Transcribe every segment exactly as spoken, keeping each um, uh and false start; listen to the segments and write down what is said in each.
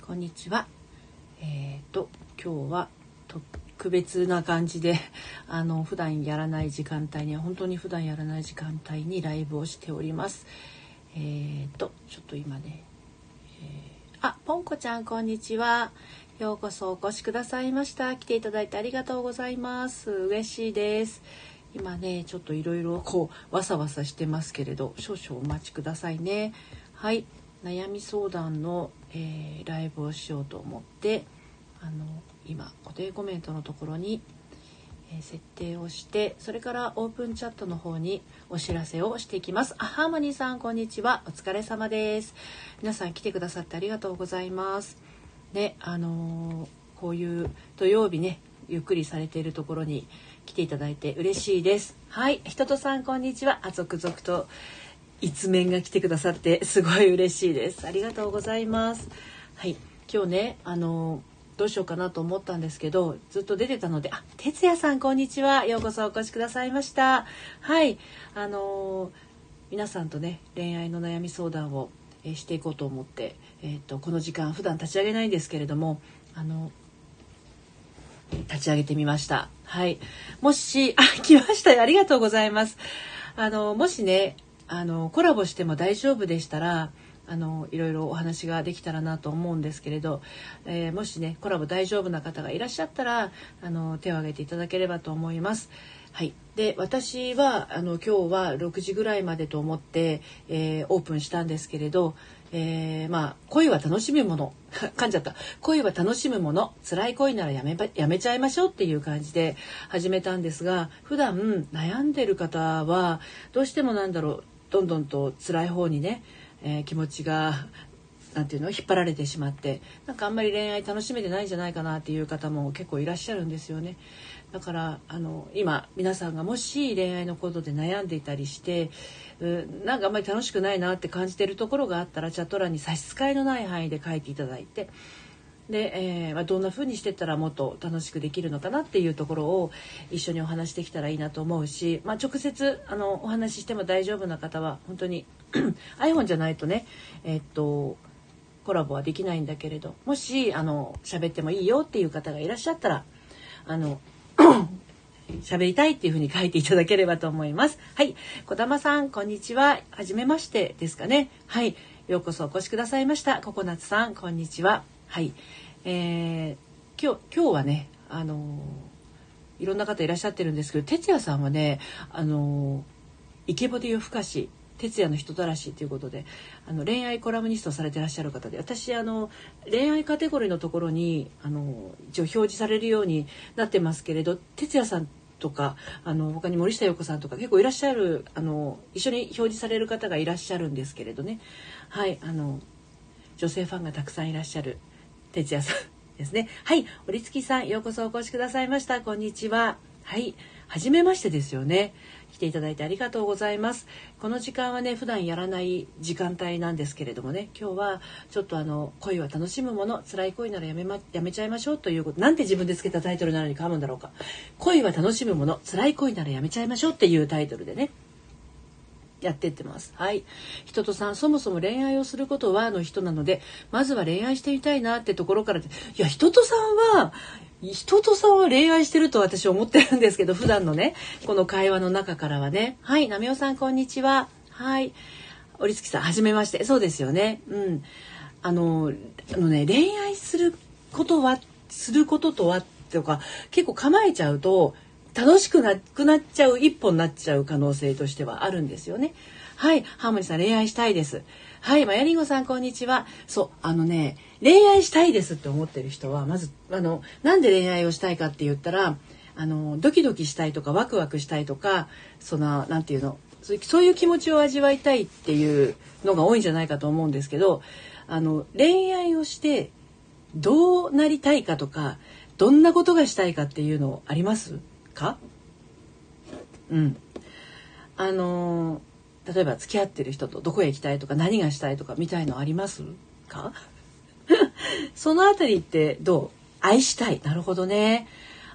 こんにちは。えーと今日は特別な感じであの普段やらない時間帯には本当に普段やらない時間帯にライブをしております。えーとちょっと今ね、えー、あポンコちゃんこんにちは。ようこそお越しくださいました。来ていただいてありがとうございます。嬉しいです。今ねちょっといろいろこうわさわさしてますけれど少々お待ちくださいね。はい、悩み相談の、えー、ライブをしようと思ってあの今固定コメントのところに、えー、設定をしてそれからオープンチャットの方にお知らせをしていきます。あハーモニーさんこんにちは。お疲れ様です。皆さん来てくださってありがとうございますね。あのー、こういう土曜日ねゆっくりされているところに来ていただいて嬉しいです。はい、ひととさんこんにちは。あ続々と一面が来てくださってすごい嬉しいです。ありがとうございます。はい、今日ねあのどうしようかなと思ったんですけどずっと出てたので、あ哲也さんこんにちは。ようこそお越しくださいました。はい、あの皆さんとね恋愛の悩み相談を、えー、していこうと思って、えー、とこの時間普段立ち上げないんですけれどもあの立ち上げてみました。はい、もしあ来ましたよ。ありがとうございます。あのもしねあのコラボしても大丈夫でしたらあのいろいろお話ができたらなと思うんですけれど、えー、もしねコラボ大丈夫な方がいらっしゃったらあの手を挙げていただければと思います。はい、で私はあの今日はろくじぐらいまでと思って、えー、オープンしたんですけれど、えー、まあ恋は楽しむもの噛んじゃった恋は楽しむもの辛い恋ならやめばやめちゃいましょうっていう感じで始めたんですが、普段悩んでる方はどうしてもなんだろうどんどんと辛い方にね、えー、気持ちがなんていうの引っ張られてしまってなんかあんまり恋愛楽しめてないんじゃないかなっていう方も結構いらっしゃるんですよね。だからあの今皆さんがもし恋愛のことで悩んでいたりしてうなんかあんまり楽しくないなって感じているところがあったらチャット欄に差し支えのない範囲で書いていただいてで、えーまあ、どんな風にしてったらもっと楽しくできるのかなっていうところを一緒にお話できたらいいなと思うし、まあ、直接あのお話ししても大丈夫な方は本当にiPhone じゃないとねえー、っとコラボはできないんだけれどもしあの喋ってもいいよっていう方がいらっしゃったらあの喋りたいっていう風に書いていただければと思います。はい、小玉さんこんにちは。はじめましてですかね。はい、ようこそお越しくださいました。ココナッツさんこんにちは。はい、えー、今日今日はねあのー、いろんな方いらっしゃってるんですけど哲也さんはねあのー、イケボで夜更かし哲也の人たらしということであの恋愛コラムニストをされてらっしゃる方で私あの恋愛カテゴリーのところにあの一応表示されるようになってますけれど哲也さんとかあの他に森下陽子さんとか結構いらっしゃるあの一緒に表示される方がいらっしゃるんですけれどね。はいあの女性ファンがたくさんいらっしゃる哲也さんですね。はい折月さんようこそお越しくださいました。こんにちは。はい初めましてですよね。来ていただいてありがとうございます。この時間はね普段やらない時間帯なんですけれどもね今日はちょっとあの恋は楽しむもの辛い恋ならやめまやめちゃいましょうということなんて自分でつけたタイトルなのに噛むんだろうか。恋は楽しむもの辛い恋ならやめちゃいましょうっていうタイトルでねやってってます。はい。人とさんそもそも恋愛をすることはの人なのでまずは恋愛してみたいなってところからでいや人とさんは人とさんは恋愛してると私思ってるんですけど普段のねこの会話の中からはね。はいなめおさんこんにちは。はい折月さんはじめまして。そうですよね。うんあのあのね恋愛することはすることとはとか結構構えちゃうと楽しくなくなっちゃう一歩になっちゃう可能性としてはあるんですよね。はいハーモニーさん恋愛したいです。はいマヤリンゴさんこんにちは。そうあのね恋愛したいですって思ってる人はまずあのなんで恋愛をしたいかって言ったらあのドキドキしたいとかワクワクしたいとかそのなんていうのそういう気持ちを味わいたいっていうのが多いんじゃないかと思うんですけどあの恋愛をしてどうなりたいかとかどんなことがしたいかっていうのありますか？うんあの例えば付き合ってる人とどこへ行きたいとか何がしたいとかみたいのありますか？そのあたりってどう？愛したい。なるほどね。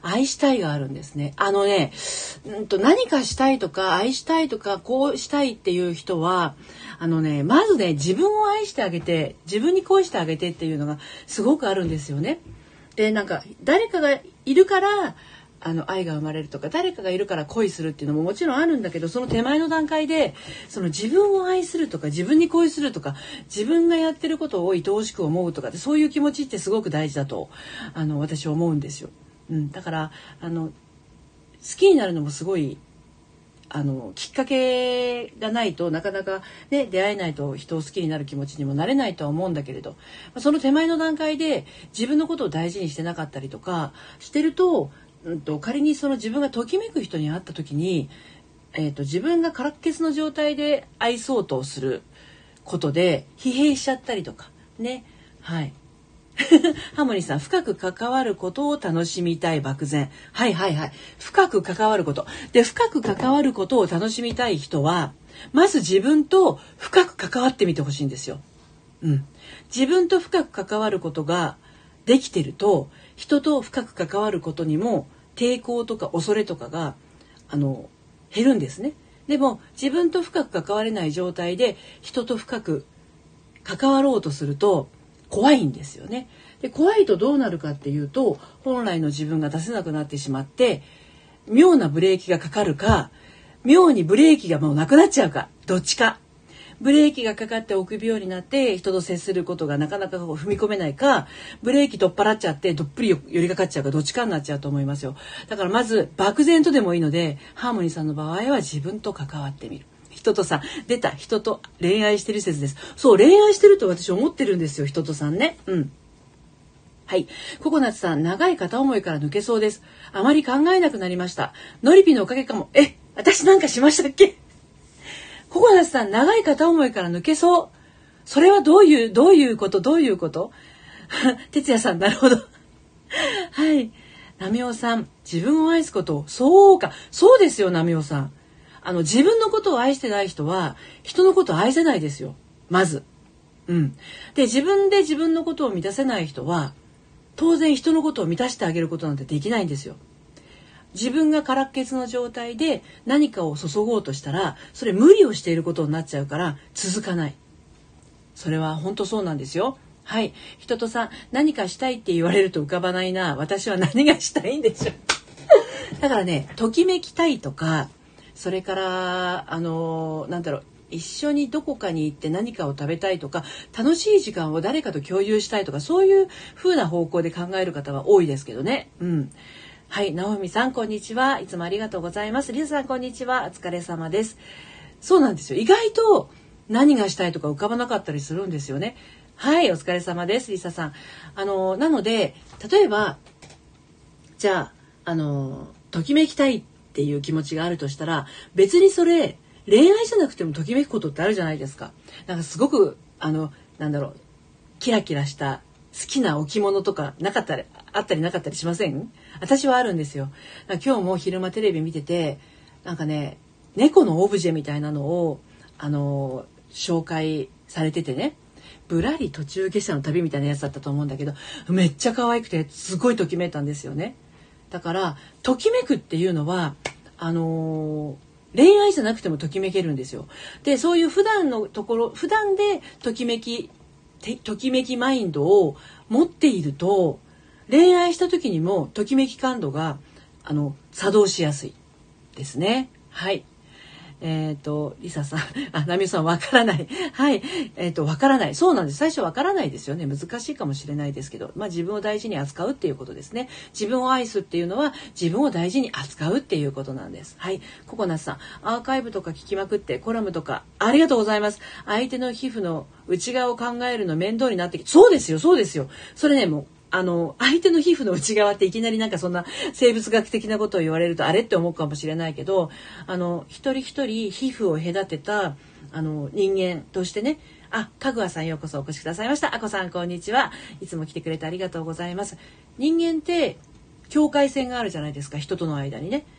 愛したいがあるんですね。あのね、うんと何かしたいとか愛したいとかこうしたいっていう人はあのね、まずね自分を愛してあげて自分に恋してあげてっていうのがすごくあるんですよね。でなんか誰かがいるからあの愛が生まれるとか誰かがいるから恋するっていうのももちろんあるんだけど、その手前の段階でその自分を愛するとか自分に恋するとか自分がやってることを愛おしく思うとかってそういう気持ちってすごく大事だとあの私は思うんですよ。うん、だからあの好きになるのもすごいあのきっかけがないとなかなか、ね、出会えないと人を好きになる気持ちにもなれないとは思うんだけれど、その手前の段階で自分のことを大事にしてなかったりとかしてると、うん、と仮にその自分がときめく人に会った時に、えー、と自分が空っけつの状態で愛そうとすることで疲弊しちゃったりとかね。はいハモニーさん、深く関わることを楽しみたい漠然。はいはいはい。深く関わること。で、深く関わることを楽しみたい人は、まず自分と深く関わってみてほしいんですよ。うん。自分と深く関わることができてると、人と深く関わることにも抵抗とか恐れとかが、あの、減るんですね。でも、自分と深く関われない状態で、人と深く関わろうとすると、怖いんですよね。で怖いとどうなるかっていうと本来の自分が出せなくなってしまって妙なブレーキがかかるか妙にブレーキがもうなくなっちゃうかどっちか。ブレーキがかかって臆病になって人と接することがなかなか踏み込めないかブレーキ取っ払っちゃってどっぷり寄りかかっちゃうかどっちかになっちゃうと思いますよ。だからまず漠然とでもいいのでハーモニーさんの場合は自分と関わってみる。人とさ出た人と恋愛してる説です。そう恋愛してると私思ってるんですよ。人とさんね。うんはいココナッツさん長い片思いから抜けそうです。あまり考えなくなりました。ノリピのおかげかも。え私なんかしましたっけ。ココナッツさん長い片思いから抜けそう。それはどういうどういうことどういうこと哲也さんなるほどはいナミオさん自分を愛すことそうかそうですよ。ナミオさんあの自分のことを愛してない人は人のことを愛せないですよまず。うん、で自分で自分のことを満たせない人は当然人のことを満たしてあげることなんてできないんですよ。自分が空っけつの状態で何かを注ごうとしたらそれ無理をしていることになっちゃうから続かない。それは本当そうなんですよ。はい人とさ何かしたいって言われると浮かばないな。私は何がしたいんでしょうだからねときめきたいとかそれからあのなんだろう一緒にどこかに行って何かを食べたいとか楽しい時間を誰かと共有したいとかそういう風な方向で考える方は多いですけどね。うんはい直美さんこんにちは。いつもありがとうございます。リサさんこんにちは。お疲れ様です。そうなんですよ。意外と何がしたいとか浮かばなかったりするんですよね。はいお疲れ様です。リサさんあのなので例えばじゃああのときめきたいっていう気持ちがあるとしたら別にそれ恋愛じゃなくてもときめくことってあるじゃないですか。なんかすごくあのなんだろうキラキラした好きな置物とかなかったりあったりなかったりしません？私はあるんですよ。今日も昼間テレビ見ててなんかね猫のオブジェみたいなのをあの紹介されててねぶらり途中下車の旅みたいなやつだったと思うんだけどめっちゃ可愛くてすごいときめいたんですよね。だからときめくっていうのはあの恋愛じゃなくてもときめけるんですよ。でそういう普段のところ普段でときめきときめきマインドを持っていると恋愛した時にもときめき感度があの作動しやすいですね。はいえっ、ー、とリサさんあナミさんわからないはいえっ、ー、とわからないそうなんです。最初わからないですよね。難しいかもしれないですけどまあ自分を大事に扱うっていうことですね。自分を愛すっていうのは自分を大事に扱うっていうことなんです。はいココナッツさんアーカイブとか聞きまくってコラムとかありがとうございます。相手の皮膚の内側を考えるの面倒になってきてそうですよそうですよ。それねもうあの相手の皮膚の内側っていきなりなんかそんな生物学的なことを言われるとあれって思うかもしれないけどあの一人一人皮膚を隔てたあの人間としてねあかぐわさんようこそお越しくださいました。あこさんこんにちは。いつも来てくれてありがとうございます。人間って境界線があるじゃないですか人との間にね。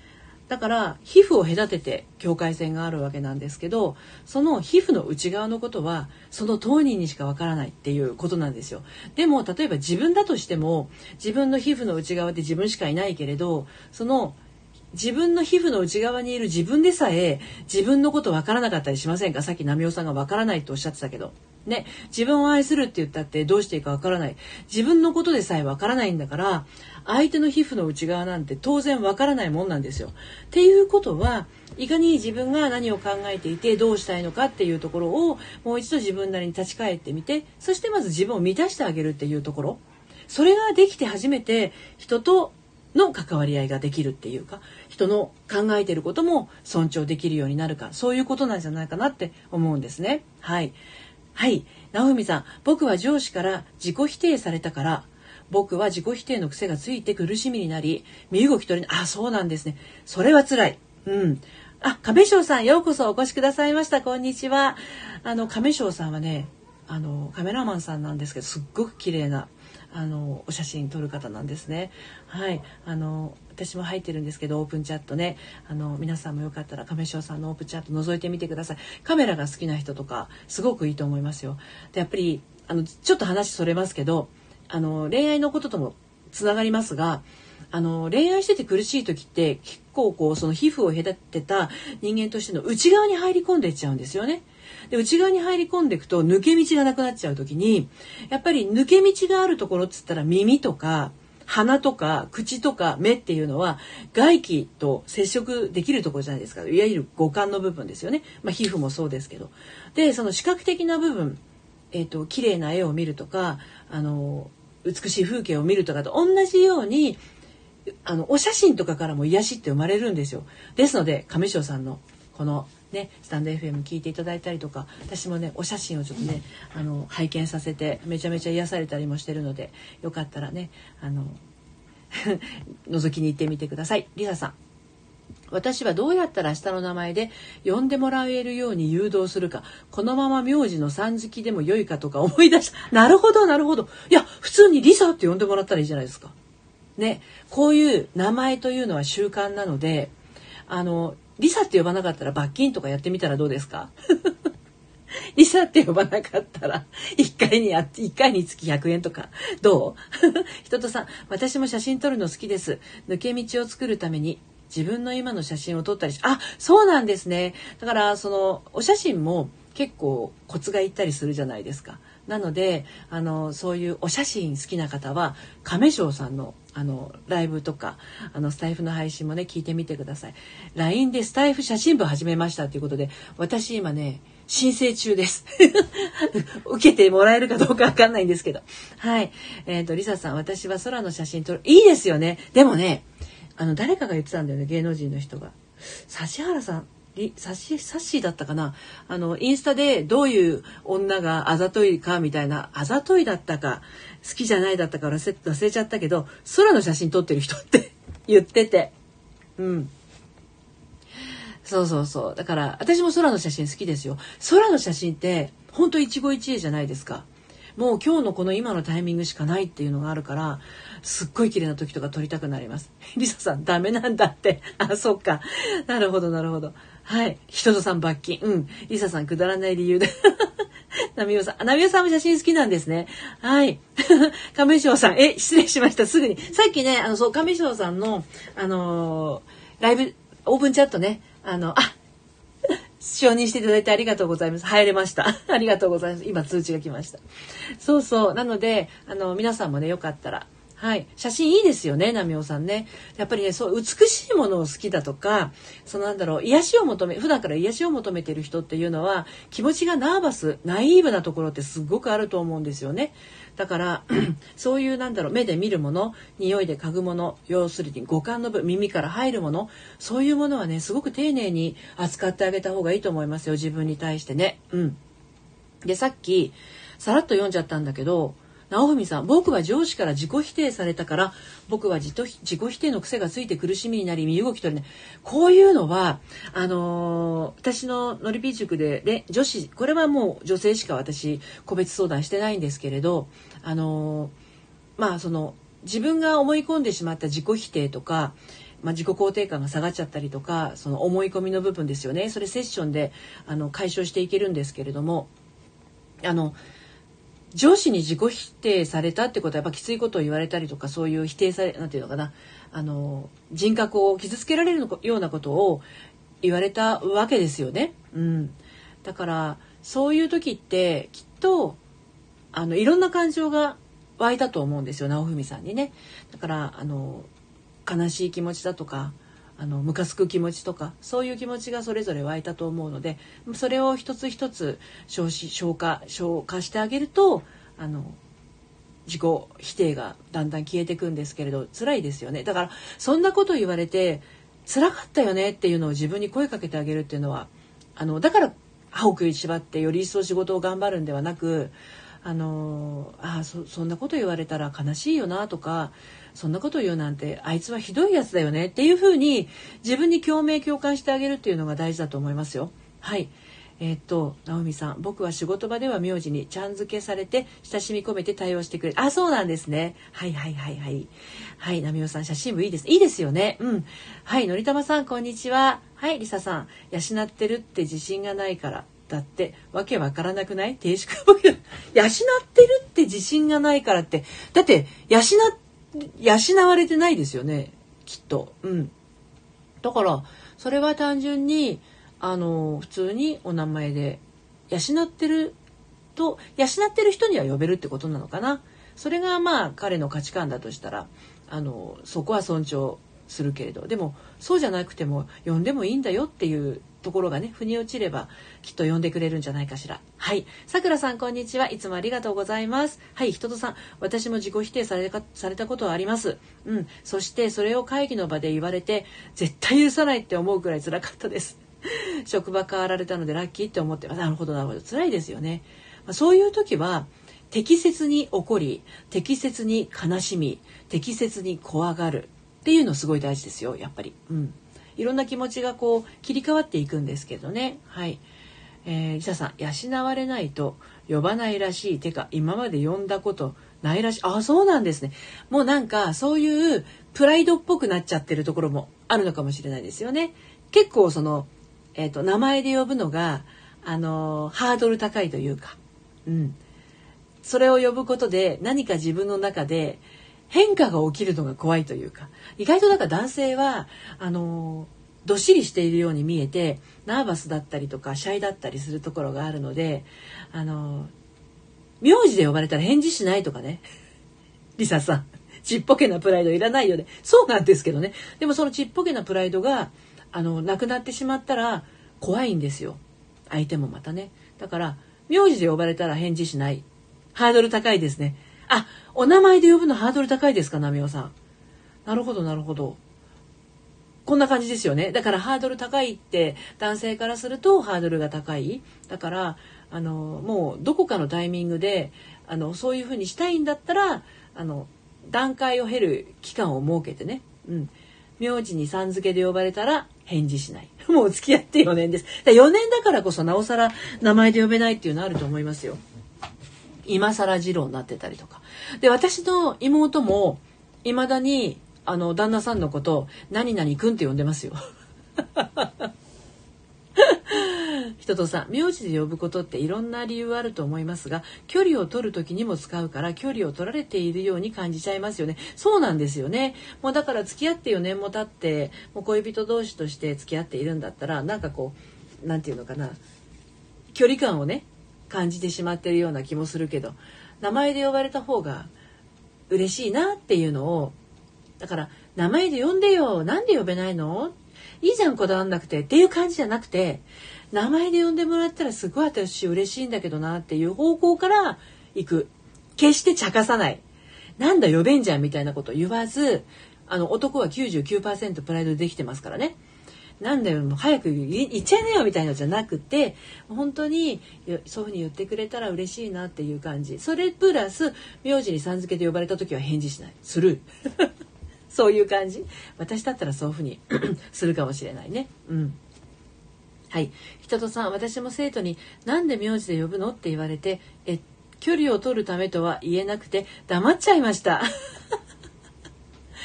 だから皮膚を隔てて境界線があるわけなんですけど、その皮膚の内側のことはその当人にしかわからないっていうことなんですよ。でも例えば自分だとしても、自分の皮膚の内側で自分しかいないけれど、その自分の皮膚の内側にいる自分でさえ自分のことわからなかったりしませんか？さっき波尾さんがわからないとおっしゃってたけどね、自分を愛するって言ったってどうしていいかわからない、自分のことでさえわからないんだから、相手の皮膚の内側なんて当然わからないもんなんですよ。っていうことは、いかに自分が何を考えていてどうしたいのかっていうところをもう一度自分なりに立ち返ってみて、そしてまず自分を満たしてあげるっていうところ、それができて初めて人との関わり合いができるっていうか、人の考えていることも尊重できるようになるか、そういうことなんじゃないかなって思うんですね。はいはい、直文さん、僕は上司から自己否定されたから、僕は自己否定の癖がついて苦しみになり、身動き取れない。あ、そうなんですね。それは辛い。うん。あ、亀章さん、ようこそお越しくださいました。こんにちは。あの亀章さんはね、あのカメラマンさんなんですけど、すっごく綺麗なあのお写真撮る方なんですね。はい、あの私も入ってるんですけど、オープンチャットね、あの皆さんもよかったら亀章さんのオープンチャット覗いてみてください。カメラが好きな人とかすごくいいと思いますよ。でやっぱりあのちょっと話それますけど、あの恋愛のことともつながりますが、あの恋愛してて苦しい時って結構こうその皮膚を隔てた人間としての内側に入り込んでいっちゃうんですよね。で内側に入り込んでいくと抜け道がなくなっちゃう時に、やっぱり抜け道があるところっつったら耳とか鼻とか口とか目っていうのは外気と接触できるところじゃないですか。いわゆる五感の部分ですよね。まあ、皮膚もそうですけど、でその視覚的な部分、えーと、綺麗な絵を見るとか、あの美しい風景を見るとかと同じように、あのお写真とかからも癒しって生まれるんですよ。ですので亀章さんのこのね、スタンド エフエム 聞いていただいたりとか、私もねお写真をちょっとねあの拝見させてめちゃめちゃ癒されたりもしてるので、よかったらねあの覗きに行ってみてください。リサさん、私はどうやったら明日の名前で呼んでもらえるように誘導するか、このまま名字のさん付きでも良いかとか思い出した。なるほどなるほど。いや普通にリサって呼んでもらったらいいじゃないですかね。こういう名前というのは習慣なので、あのリサって呼ばなかったら罰金とかやってみたらどうですか？リサって呼ばなかったらいっかいにやいっかいにつきひゃくえんとかどう？人とさん、私も写真撮るの好きです。抜け道を作るために自分の今の写真を撮ったりし、あ、そうなんですね。だからそのお写真も結構コツがいったりするじゃないですか。なのであのそういうお写真好きな方は亀章さんのあのライブとかあのスタイフの配信もね聞いてみてください。 ライン でスタイフ写真部始めましたということで、私今ね申請中です受けてもらえるかどうかわかんないんですけど、はい、えーとリサさん、私は空の写真撮る、いいですよね。でもねあの誰かが言ってたんだよね、芸能人の人が。指原さんサシサッシーだったかな、あのインスタでどういう女があざといかみたいな、あざといだったか好きじゃないだったか忘れ、忘れちゃったけど、空の写真撮ってる人って言ってて、うんそうそうそう、だから私も空の写真好きですよ。空の写真って本当一期一会じゃないですか。もう今日のこの今のタイミングしかないっていうのがあるから、すっごい綺麗な時とか撮りたくなります。リサさんダメなんだって。あ、そっか、なるほどなるほど。はい、人とさん罰金。うん、リサさんくだらない理由でナミオさん、ナミオさんも写真好きなんですね。はい亀章さん、え失礼しました、すぐに。さっきねあのそう亀章さんのあのー、ライブオープンチャットね、あのあ承認していただいてありがとうございます。入れましたありがとうございます。今通知が来ました。そうそうなのであの皆さんもねよかったら、はい、写真いいですよね、ナミオさんね。やっぱりねそう美しいものを好きだとか、そのなんだろう癒しを求め普段から癒しを求めている人っていうのは気持ちがナーバスナイーブなところってすごくあると思うんですよね。だからそういうなんだろう目で見るもの、匂いで嗅ぐもの、要するに五感の部耳から入るもの、そういうものはねすごく丁寧に扱ってあげた方がいいと思いますよ、自分に対してね。うん。でさっきさらっと読んじゃったんだけど、直文さん、僕は上司から自己否定されたから僕は自己否定の癖がついて苦しみになり身動き取れない。こういうのはあのー、私のノリピー塾で女子、これはもう女性しか私個別相談してないんですけれど、あのー、まあその自分が思い込んでしまった自己否定とか、 まあ、自己肯定感が下がっちゃったりとか、その思い込みの部分ですよね。それセッションであの解消していけるんですけれども、あの上司に自己否定されたってことはやっぱきついことを言われたりとか、そういう否定されなんていうのかな、あの人格を傷つけられるようなことを言われたわけですよね。うん、だからそういう時ってきっとあのいろんな感情が湧いたと思うんですよ、直文さんにね。だからあの悲しい気持ちだとか、あのムカつく気持ちとか、そういう気持ちがそれぞれ湧いたと思うので、それを一つ一つ消し消化消化してあげると、あの自己否定がだんだん消えていくんですけれど、辛いですよね。だからそんなこと言われて辛かったよねっていうのを自分に声かけてあげるっていうのは、あのだから歯を食いしばってより一層仕事を頑張るんではなく、あのあ そ, そんなこと言われたら悲しいよなとか、そんなこと言うなんてあいつはひどいやつだよねっていうふうに自分に共鳴共感してあげるっていうのが大事だと思いますよ。はい。えー、っと直美さん、僕は仕事場では名字にちゃん付けされて親しみ込めて対応してくれる。あ、そうなんですね。はいはいはいはいはい。波代さん、写真部いいです。いいですよね。うん。はい。のりたまさん、こんにちは。はい。りささん、養ってるって自信がないからだってわけわからなくない？定宿養ってるって自信がないからって、だって養養われてないですよね、きっと。うん。だからそれは単純にあの普通にお名前で養ってると、養ってる人には呼べるってことなのかな。それがまあ彼の価値観だとしたら、あのそこは尊重するけれど、でもそうじゃなくても呼んでもいいんだよっていうところがね、腑に落ちればきっと呼んでくれるんじゃないかしら。はい。さくらさん、こんにちは。いつもありがとうございます。はい。ひととさん、私も自己否定されかされたことはあります。うん。そしてそれを会議の場で言われて絶対許さないって思うくらい辛かったです。職場変わられたのでラッキーって思って、なるほどなるほど、辛いですよね。まあ、そういう時は適切に怒り、適切に悲しみ、適切に怖がるっていうのすごい大事ですよ、やっぱり。うん。いろんな気持ちがこう切り替わっていくんですけどね。はい。えー、リサさん、養われないと呼ばないらしい。てか今まで呼んだことないらしい。あ、そうなんですね。もうなんかそういうプライドっぽくなっちゃってるところもあるのかもしれないですよね。結構その、えーと、名前で呼ぶのがあのー、ハードル高いというか、うん。それを呼ぶことで何か自分の中で変化が起きるのが怖いというか、意外とだから男性はあのどっしりしているように見えてナーバスだったりとかシャイだったりするところがあるので、あの名字で呼ばれたら返事しないとかね。リサさん、ちっぽけなプライドいらないよね。そうなんですけどね。でもそのちっぽけなプライドがあのなくなってしまったら怖いんですよ、相手もまたね。だから名字で呼ばれたら返事しない、ハードル高いですね。あ、お名前で呼ぶのハードル高いですか、なみおさん。なるほどなるほど。こんな感じですよね。だからハードル高いって男性からするとハードルが高い。だからあのもうどこかのタイミングであのそういうふうにしたいんだったら、あの段階を経る期間を設けてね。うん。名字にさん付けで呼ばれたら返事しない。もう付き合ってよねんです。だよねんだからこそなおさら名前で呼べないっていうのあると思いますよ。今更次郎になってたりとかで、私の妹もいまだにあの旦那さんのことを何々くんって呼んでますよ。人とさん、名字で呼ぶことっていろんな理由あると思いますが、距離を取る時にも使うから距離を取られているように感じちゃいますよね。そうなんですよね。もうだから付き合ってよねんも経ってもう恋人同士として付き合っているんだったら、なんかこうなんていうのかな、距離感をね感じてしまってるような気もするけど、名前で呼ばれた方が嬉しいなっていうのを、だから名前で呼んでよ、なんで呼べないの、いいじゃんこだわんなくてっていう感じじゃなくて、名前で呼んでもらったらすごい私嬉しいんだけどなっていう方向から行く。決して茶化さない、なんだ呼べんじゃんみたいなこと言わず、あの男は きゅうじゅうきゅうパーセント プライドでできてますからね。なんだよもう早く言っちゃいなよみたいなのじゃなくて、本当にそういうふうに言ってくれたら嬉しいなっていう感じ。それプラス名字にさん付けで呼ばれた時は返事しない、スルー。そういう感じ。私だったらそういうふうにするかもしれないね。うん。はい。人とさん、私も生徒になんで名字で呼ぶのって言われて、え距離を取るためとは言えなくて黙っちゃいました。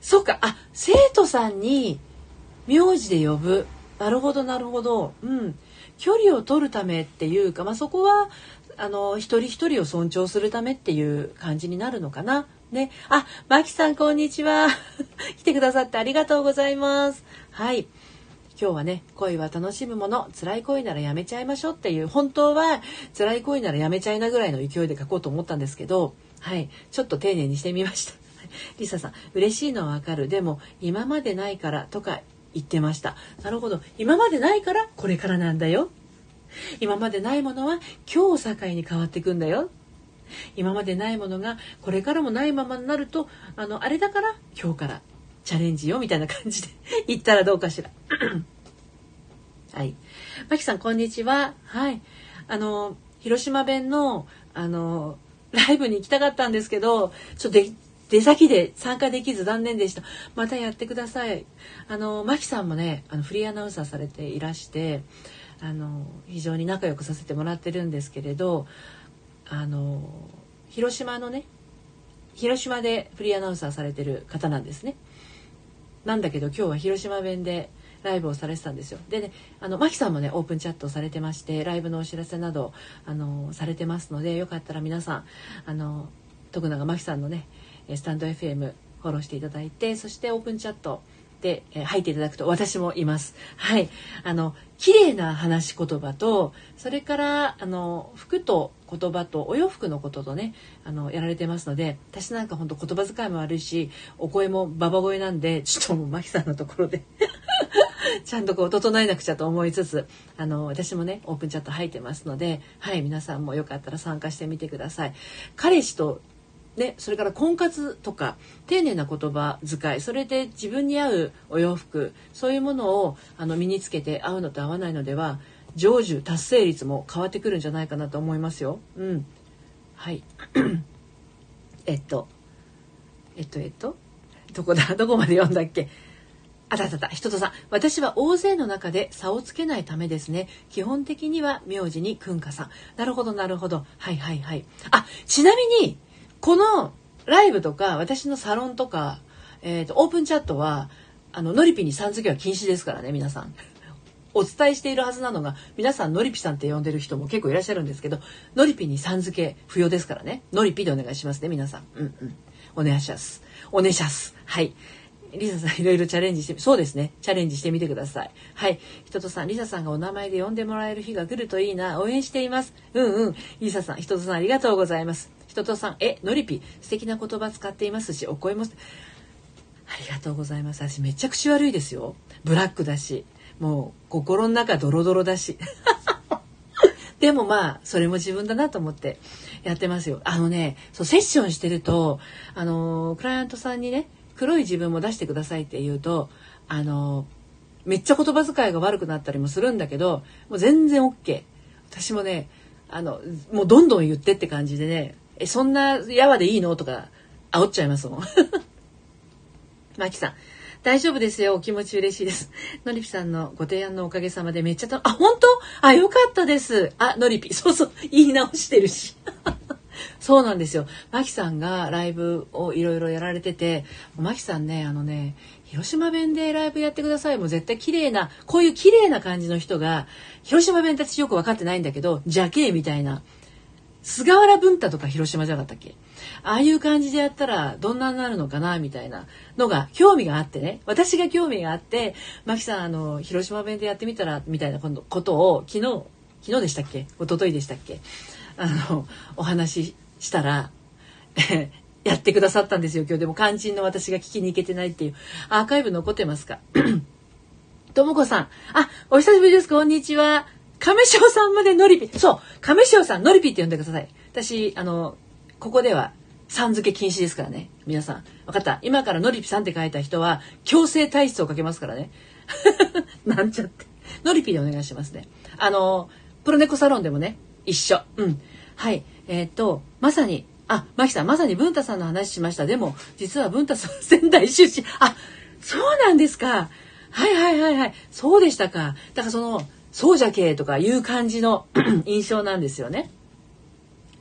そうか、あ、生徒さんに名字で呼ぶ。なるほどなるほど。うん。距離を取るためっていうか、まあ、そこはあの一人一人を尊重するためっていう感じになるのかな。ね。あ、マキさんこんにちは。来てくださってありがとうございます。はい。今日はね、恋は楽しむもの、辛い恋ならやめちゃいましょうっていう、本当は辛い恋ならやめちゃいなぐらいの勢いで書こうと思ったんですけど、はい、ちょっと丁寧にしてみました。リサさん、嬉しいのはわかる。でも今までないからとか言ってました。なるほど。今までないからこれからなんだよ。今までないものは今日を境に変わっていくんだよ。今までないものがこれからもないままになると、あのあれだから今日からチャレンジよみたいな感じで言ったらどうかしら。はい、マキさんこんにちは。はい、あの広島弁のあのライブに行きたかったんですけど、ちょっとで出先で参加できず残念でした。またやってください。あのマキさんもね、あのフリーアナウンサーされていらして、あの非常に仲良くさせてもらってるんですけれど、あの広島のね、広島でフリーアナウンサーされてる方なんですね。なんだけど今日は広島弁でライブをされてたんですよ。でね、あのマキさんもねオープンチャットをされてまして、ライブのお知らせなどあのされてますので、よかったら皆さんあの徳永マキさんのねスタンド エフエム フォローしていただいて、そしてオープンチャットで、えー、入っていただくと私もいます。はい、あの綺麗な話し言葉と、それからあの服と言葉とお洋服のこととね、あのやられてますので、私なんか本当言葉遣いも悪いし、お声もババ声なんで、ちょっともうマキさんのところでちゃんとこう整えなくちゃと思いつつ、あの私もねオープンチャット入ってますので、はい、皆さんもよかったら参加してみてください。彼氏とね、それから婚活とか丁寧な言葉遣い、それで自分に合うお洋服、そういうものをあの身につけて、合うのと合わないのでは成就達成率も変わってくるんじゃないかなと思いますよ。うん、はいえっとえっとえっとどこだどこまで読んだっけ。あたたた、人とさん、私は大勢の中で差をつけないためですね。基本的には名字にくんかさん。なるほどなるほど。はいはいはい。あ、ちなみにこのライブとか私のサロンとか、えーと、オープンチャットはあのノリピにさん付けは禁止ですからね。皆さんお伝えしているはずなのが、皆さんノリピさんって呼んでる人も結構いらっしゃるんですけど、ノリピにさん付け不要ですからね。ノリピでお願いしますね皆さん。うんうん、お願いしますお願いします。はい、リサさんいろいろチャレンジして、そうですね、チャレンジしてみてください。はい、人とさん、リサさんがお名前で呼んでもらえる日が来るといいな、応援しています。うんうん、リサさん、人とさんありがとうございます。人とさん、え、ノリピ素敵な言葉使っていますし、お声もありがとうございます。私めっちゃ口悪いですよ。ブラックだし、もう心の中ドロドロだしでもまあそれも自分だなと思ってやってますよ。あのね、そうセッションしてると、あのクライアントさんにね、黒い自分も出してくださいって言うと、あのめっちゃ言葉遣いが悪くなったりもするんだけど、もう全然 OK。 私もね、あのもうどんどん言ってって感じでね、えそんなやわでいいのとか煽っちゃいますもんマキさん、大丈夫ですよ、お気持ち嬉しいです。のりぴさんのご提案のおかげさまでめっちゃた、あ、本当？あ、よかったです。あ、のりぴ、そうそう、言い直してるしそうなんですよ。マキさんがライブをいろいろやられてて、マキさんね、あのね、広島弁でライブやってください。もう絶対綺麗な、こういう綺麗な感じの人が、広島弁って私よく分かってないんだけど、邪気みたいな、菅原文太とか広島じゃなかったっけ、ああいう感じでやったらどんなになるのかなみたいなのが興味があってね、私が興味があって、マキさんあの広島弁でやってみたらみたいなことを昨日昨日でしたっけ、一昨日でしたっけ、あのお話ししたらやってくださったんですよ。今日でも肝心の私が聞きに行けてないっていう、アーカイブ残ってますかともこさん、あ、お久しぶりです。こんにちは。亀塩さんまでノリピ、そう亀塩さんノリピって呼んでください。私あのここではさん付け禁止ですからね。皆さん分かった、今からノリピさんって書いた人は強制退出をかけますからねなんちゃってノリピでお願いしますね。あのプロネコサロンでもね一緒。うん、はい、えー、っとまさに、あ、マキさんまさに文太さんの話しました。でも実は文太さん仙台出身、あ、そうなんですか。はいはいはいはい、そうでしたか。だからそのそうじゃけとかいう感じの印象なんですよね。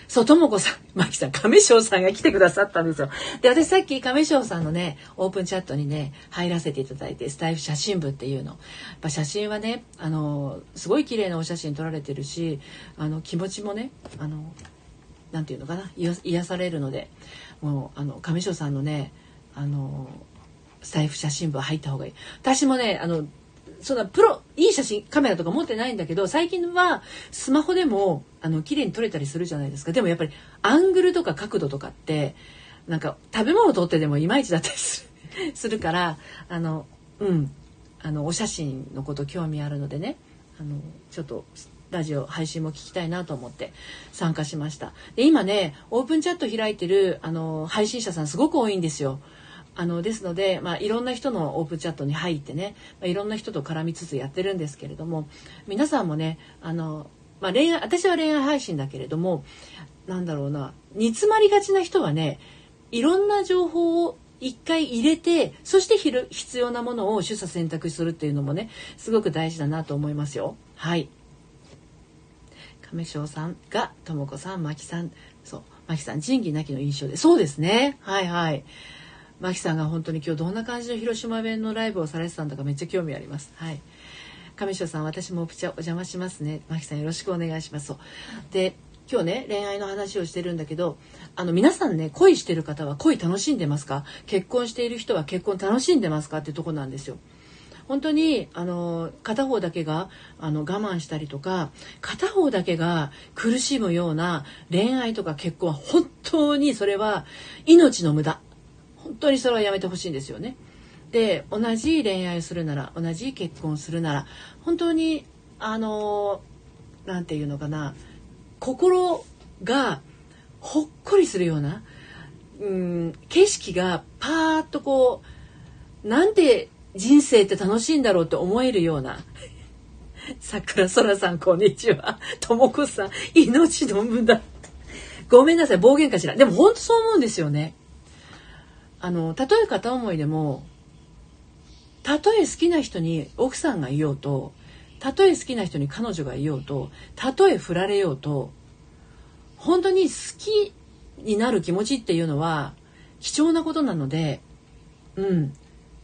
そう、ともこさん、まきさん、亀翔さんが来てくださったんですよ。で、私さっき亀翔さんのね、オープンチャットにね、入らせていただいて、スタイフ写真部っていうの。やっぱ写真はね、あの、すごい綺麗なお写真撮られてるし、あの、気持ちもね、あの、なんていうのかな、癒されるので、もう、あの、亀翔さんのね、あの、スタイフ写真部は入った方がいい。私もね、あの、そんなプロいい写真カメラとか持ってないんだけど、最近はスマホでもあの綺麗に撮れたりするじゃないですか。でもやっぱりアングルとか角度とかってなんか食べ物撮ってでもいまいちだったりするするからあのうんあのお写真のこと興味あるのでね、あのちょっとラジオ配信も聞きたいなと思って参加しました。で今ねオープンチャット開いてるあの配信者さんすごく多いんですよ。あのですので、まあ、いろんな人のオープンチャットに入ってね、まあ、いろんな人と絡みつつやってるんですけれども、皆さんもねあの、まあ、恋愛私は恋愛配信だけれどもなんだろうな煮詰まりがちな人はねいろんな情報を一回入れてそして必要なものを取捨選択するっていうのもねすごく大事だなと思いますよ。はい。亀翔さんがともこさん、まきさん、そうまきさん仁義なきの印象でそうですね。はいはい。マキさんが本当に今日どんな感じの広島弁のライブをされてたんだかめっちゃ興味あります。はい。上翔さん、私もお邪魔しますね。マキさんよろしくお願いします。そうで今日ね恋愛の話をしてるんだけど、あの皆さんね恋してる方は恋楽しんでますか？結婚している人は結婚楽しんでますかってとこなんですよ。本当にあの片方だけがあの我慢したりとか片方だけが苦しむような恋愛とか結婚は本当にそれは命の無駄。本当にそれはやめてほしいんですよね。で同じ恋愛をするなら同じ結婚するなら本当にあのなんていうのかな心がほっこりするようなうん景色がパーッとこうなんて人生って楽しいんだろうって思えるような桜空さんこんにちはともこさん命の無駄ごめんなさい暴言かしら。でも本当そう思うんですよね。あのたとえ片思いでもたとえ好きな人に奥さんがいようとたとえ好きな人に彼女がいようとたとえ振られようと本当に好きになる気持ちっていうのは貴重なことなので、うん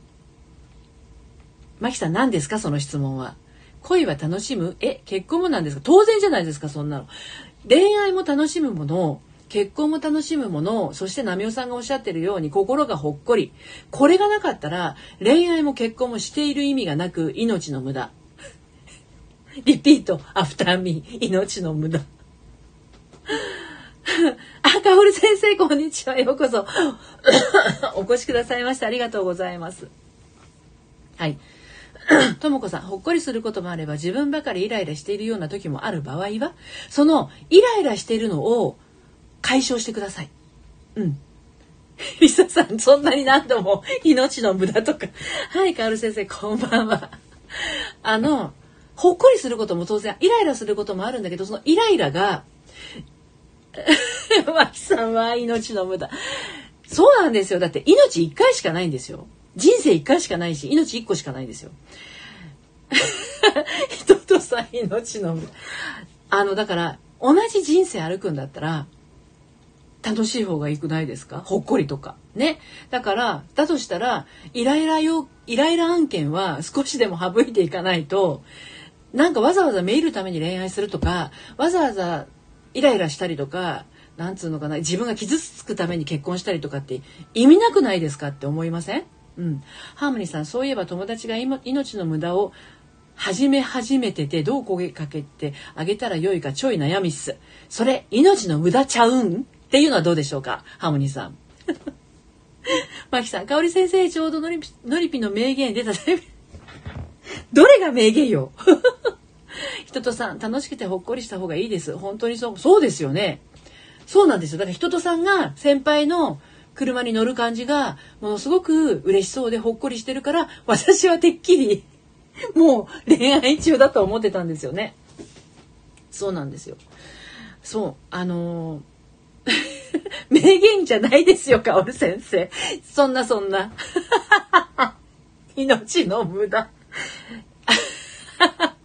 マキさん何ですかその質問は。恋は楽しむ？え結婚もなんですか？当然じゃないですかそんなの。恋愛も楽しむもの結婚も楽しむもの、そして波尾さんがおっしゃってるように心がほっこり。これがなかったら恋愛も結婚もしている意味がなく命の無駄。リピートアフターミー命の無駄。あ、かおる先生こんにちは。ようこそお越しくださいましてありがとうございます。はい。ともこさん、ほっこりすることもあれば自分ばかりイライラしているような時もある場合はそのイライラしているのを解消してください。うん。リサさん、そんなに何度も命の無駄とか。はい、カオル先生、こんばんは。あの、ほっこりすることも当然、イライラすることもあるんだけど、そのイライラが、マキさんは命の無駄。そうなんですよ。だって命一回しかないんですよ。人生一回しかないし、命一個しかないんですよ。人とさ、命の無駄。あの、だから、同じ人生歩くんだったら、楽しい方がいいくないですか？ほっこりとかね。だからだとしたらイライラよイライラ案件は少しでも省いていかないと、なんかわざわざめいるために恋愛するとかわざわざイライラしたりとかなんつうのかな自分が傷つくために結婚したりとかって意味なくないですかって思いません？うん。ハーモニーさん、そういえば友達が命の無駄を始め始めててどう声かけてあげたらよいかちょい悩みっす。それ命の無駄ちゃうんっていうのはどうでしょうか、ハーモニーさん。マキさん、香織先生、ちょうどのりぴ、のりぴの名言出たタイミング。どれが名言よ。人とさん、楽しくてほっこりした方がいいです。本当にそう、そうですよね。そうなんですよ。だから人とさんが先輩の車に乗る感じがものすごく嬉しそうでほっこりしてるから、私はてっきりもう恋愛中だと思ってたんですよね。そうなんですよ。そう、あのー名言じゃないですよ、カオル先生。そんなそんな。命の無駄。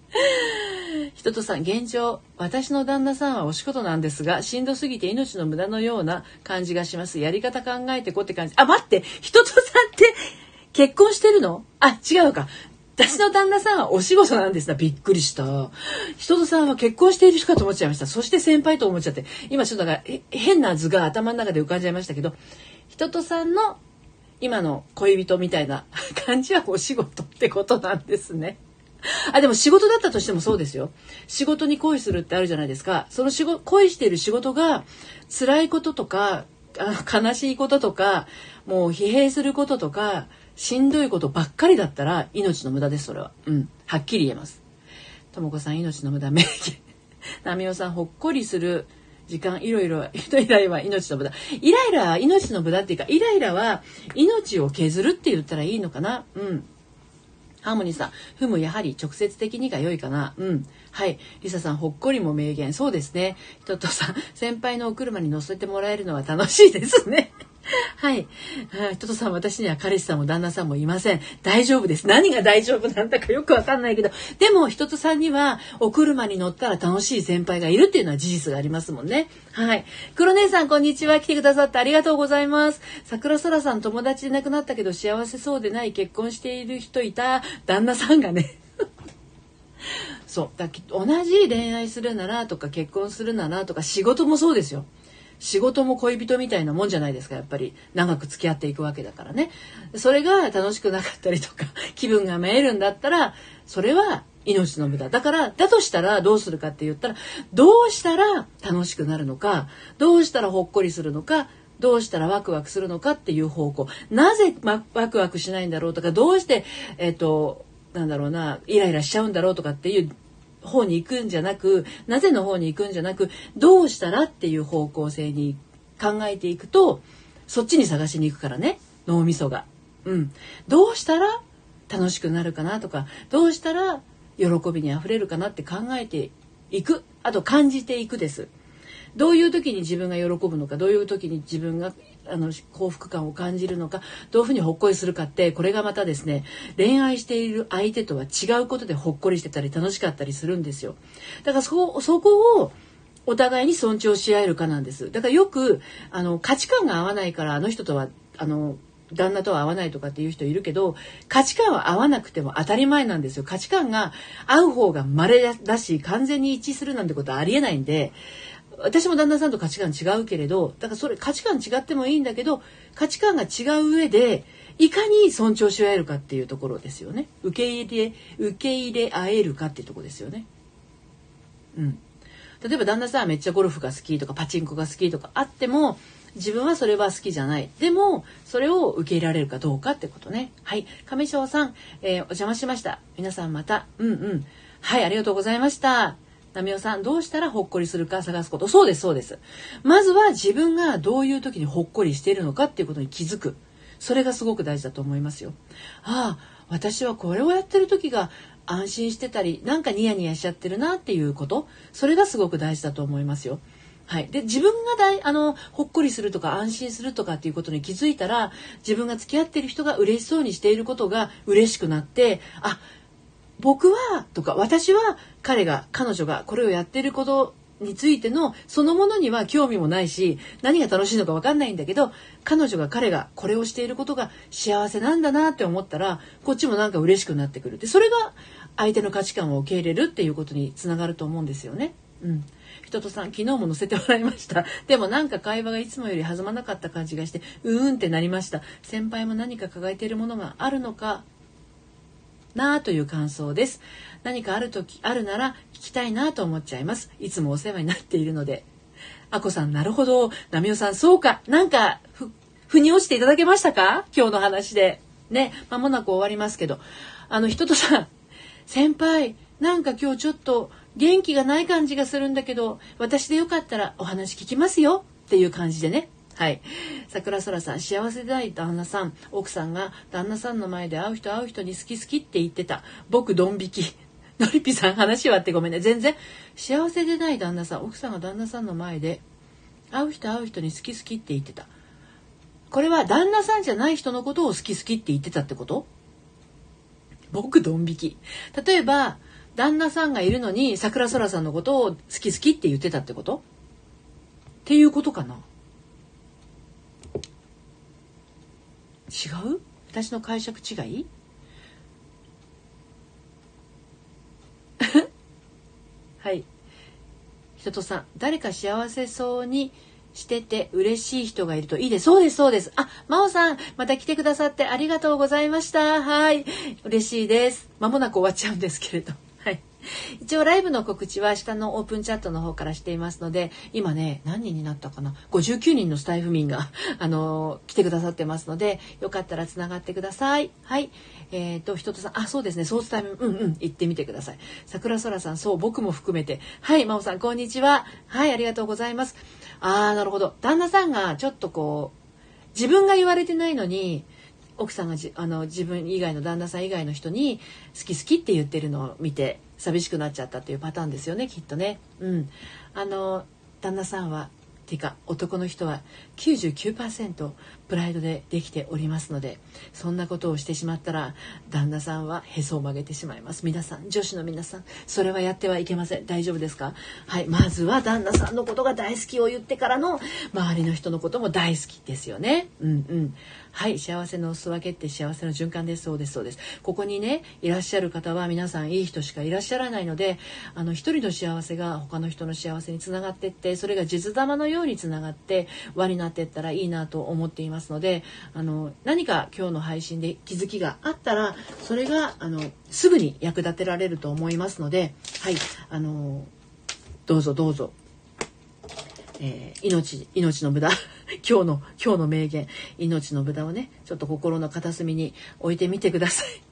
人とさん、現状私の旦那さんはお仕事なんですがしんどすぎて命の無駄のような感じがします。やり方考えてこって感じ。あ、待って、人とさんって結婚してるの？あ、違うか。私の旦那さんはお仕事なんですな。びっくりした。人とさんは結婚している人かと思っちゃいました。そして先輩と思っちゃって、今ちょっとだから変な図が頭の中で浮かんじゃいましたけど、人とさんの今の恋人みたいな感じはお仕事ってことなんですね。あ、でも仕事だったとしてもそうですよ。仕事に恋するってあるじゃないですか。その仕事、恋している仕事が辛いこととか、あ、悲しいこととか、もう疲弊することとか、しんどいことばっかりだったら命の無駄です。それは、うん、はっきり言えます。ともこさん、命の無駄名言。なみおさん、ほっこりする時間、いろいろイライラは命の無駄。イライラは命の無駄っていうか、イライラは命を削るって言ったらいいのかな。うん。ハーモニーさん、ふむ、やはり直接的にが良いかな。うん。はい。リサさん、ほっこりも名言。そうですね。トトさん、先輩のお車に乗せてもらえるのは楽しいですね。はい。トトさん、私には彼氏さんも旦那さんもいません。大丈夫です。何が大丈夫なんだかよくわかんないけど、でも人とさんにはお車に乗ったら楽しい先輩がいるっていうのは事実がありますもんね。はい。黒姉さん、こんにちは。来てくださってありがとうございます。桜空さん、友達で亡くなったけど幸せそうでない結婚している人いた。旦那さんがね。そうだ、同じ恋愛するならとか結婚するならとか仕事もそうですよ。仕事も恋人みたいなもんじゃないですか。やっぱり長く付き合っていくわけだからね。それが楽しくなかったりとか気分がめいるんだったらそれは命の無駄だから。だとしたらどうするかって言ったら、どうしたら楽しくなるのか、どうしたらほっこりするのか、どうしたらワクワクするのかっていう方向。なぜワクワクしないんだろうとか、どうしてえっとなんだろうな、イライラしちゃうんだろうとかっていう方に行くんじゃなく、なぜの方に行くんじゃなく、どうしたらっていう方向性に考えていくと、そっちに探しに行くからね、脳みそが。うん。どうしたら楽しくなるかなとか、どうしたら喜びにあふれるかなって考えていく。あと感じていくです。どういう時に自分が喜ぶのか、どういう時に自分があの幸福感を感じるのか、どういうふうにほっこりするかって、これがまたですね、恋愛している相手とは違うことでほっこりしてたり楽しかったりするんですよ。だからそ、そこをお互いに尊重し合えるかなんです。だからよくあの価値観が合わないからあの人とはあの旦那とは合わないとかっていう人いるけど、価値観は合わなくても当たり前なんですよ。価値観が合う方が稀だし、完全に一致するなんてことはありえないんで、私も旦那さんと価値観違うけれど、だからそれ価値観違ってもいいんだけど、価値観が違う上でいかに尊重し合えるかっていうところですよね。受け入れ受け入れ合えるかっていうところですよね。うん。例えば旦那さんはめっちゃゴルフが好きとかパチンコが好きとかあっても、自分はそれは好きじゃない。でもそれを受け入れられるかどうかってことね。はい。亀翔さん、えー、お邪魔しました。皆さんまた。うんうん。はい、ありがとうございました。なみおさん、どうしたらほっこりするか探すこと。そうですそうです。まずは自分がどういう時にほっこりしているのかっていうことに気づく。それがすごく大事だと思いますよ。ああ、私はこれをやってる時が安心してたり、なんかニヤニヤしちゃってるなっていうこと、それがすごく大事だと思いますよ。はい、で自分がだいあのほっこりするとか安心するとかっていうことに気づいたら、自分が付き合っている人が嬉しそうにしていることが嬉しくなって、あ、僕はとか私は彼が彼女がこれをやっていることについてのそのものには興味もないし、何が楽しいのか分かんないんだけど、彼女が彼がこれをしていることが幸せなんだなって思ったら、こっちもなんか嬉しくなってくる。でそれが相手の価値観を受け入れるっていうことにつながると思うんですよね。うん。人とさん、昨日も載せてもらいました。でもなんか会話がいつもより弾まなかった感じがしてうーんってなりました。先輩も何か抱えているものがあるのかなという感想です。何かあるときあるなら聞きたいなと思っちゃいます。いつもお世話になっているので。あこさん、なるほど。なみおさん、そうか。なんかふ腑に落ちていただけましたか？今日の話でね、間もなく終わりますけど、あの人とさん、先輩なんか今日ちょっと元気がない感じがするんだけど、私でよかったらお話聞きますよっていう感じでね。はい。桜空さん、幸せでない旦那さん、奥さんが旦那さんの前で会う人会う人に好き好きって言ってた。僕ドン引き。のりぴさん、話はってごめんね。全然幸せでない旦那さん、奥さんが旦那さんの前で会う人会う人に好き好きって言ってた。これは旦那さんじゃない人のことを好き好きって言ってたってこと？僕ドン引き。例えば旦那さんがいるのに桜空さんのことを好き好きって言ってたってことっていうことかな。違う？私の解釈違い？はい。ひととさん、誰か幸せそうにしてて嬉しい人がいるといいです。そうです、そうです。あ、真央さん、また来てくださってありがとうございました。はい。嬉しいです。まもなく終わっちゃうんですけれど。はい。一応ライブの告知は下のオープンチャットの方からしていますので、今ね、何人になったかな、ごじゅうきゅうにんのスタイフ民があの来てくださってますので、よかったらつながってください。はい。えっ、ー、とひととさん、あ、そうですね、ソースタイム、うんうん行ってみてください。桜空さん、そう僕も含めて、はい、真央さんこんにちは。はい、ありがとうございます。あー、なるほど。旦那さんがちょっとこう自分が言われてないのに、奥さんがじあの自分以外の旦那さん以外の人に好き好きって言ってるのを見て寂しくなっちゃったっていうパターンですよね、きっとね。うん。あの旦那さんはてか男の人は きゅうじゅうきゅうパーセント プライドでできておりますので、そんなことをしてしまったら旦那さんはへそを曲げてしまいます。皆さん、女子の皆さん、それはやってはいけません。大丈夫ですか？はい、まずは旦那さんのことが大好きを言ってからの周りの人のことも大好きですよね。うんうん。はい、幸せのお裾分けって幸せの循環です。そうです、そうです。ここにねいらっしゃる方は皆さんいい人しかいらっしゃらないので、あの一人の幸せが他の人の幸せにつながっていって、それが地図玉のようにつながって輪になっていったらいいなと思っていますので、あの何か今日の配信で気づきがあったらそれがあのすぐに役立てられると思いますので、はい、あのどうぞどうぞ。えー、命命の無駄今日の今日の名言、命の無駄をねちょっと心の片隅に置いてみてください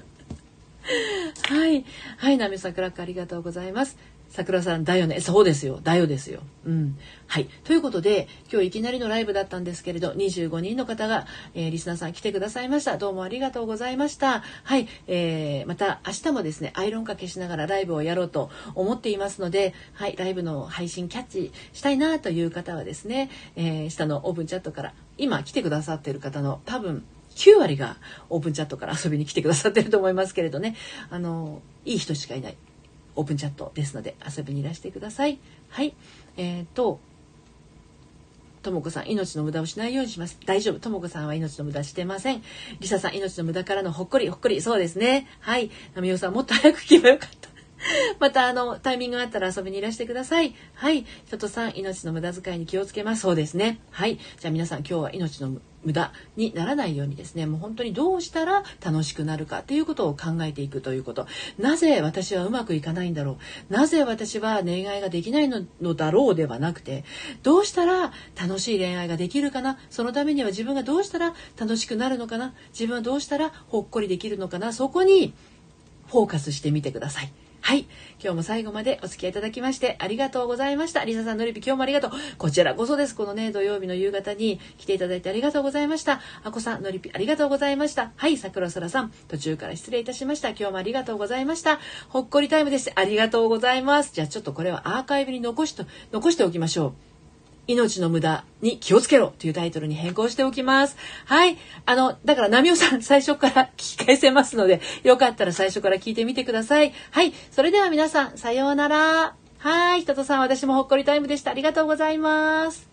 はいはい、なみさくらくありがとうございます。桜さんだよね。そうですよ、だよですよ。うん。はい。ということで今日いきなりのライブだったんですけれど、にじゅうごにんの方が、えー、リスナーさん来てくださいました。どうもありがとうございました。はい。えー、また明日もですねアイロンかけしながらライブをやろうと思っていますので、はい、ライブの配信キャッチしたいなという方はですね、えー、下のオープンチャットから今来てくださっている方の多分きゅうわりがオープンチャットから遊びに来てくださってると思いますけれどね、あのいい人しかいないオープンチャットですので遊びにいらしてください。はい。えっ、ー、とともこさん、命の無駄をしないようにします。大丈夫。ともこさんは命の無駄してません。りささん、命の無駄からのほっこりほっこり。そうですね。はい。なみおさん、もっと早く来ればよかった。またあのタイミングがあったら遊びにいらしてください。はい。ひととさん、命の無駄遣いに気をつけます。そうですね。はい。じゃあ皆さん今日は命の無駄にならないようにですね、もう本当にどうしたら楽しくなるかっていうことを考えていくということ。なぜ私はうまくいかないんだろう、なぜ私は恋愛ができない の, のだろうではなくて、どうしたら楽しい恋愛ができるかな、そのためには自分がどうしたら楽しくなるのかな、自分はどうしたらほっこりできるのかな、そこにフォーカスしてみてください。はい。今日も最後までお付き合いいただきましてありがとうございました。リサさん、のりぴ、今日もありがとう。こちらこそです。このね、土曜日の夕方に来ていただいてありがとうございました。あこさん、のりぴ、ありがとうございました。はい、桜空さん、途中から失礼いたしました。今日もありがとうございました。ほっこりタイムです。ありがとうございます。じゃあちょっとこれはアーカイブに残しと、残しておきましょう。命の無駄に気をつけろというタイトルに変更しておきます。はい。あの、だから、ナミオさん、最初から聞き返せますので、よかったら最初から聞いてみてください。はい。それでは皆さん、さようなら。はい。ひととさん、私もほっこりタイムでした。ありがとうございます。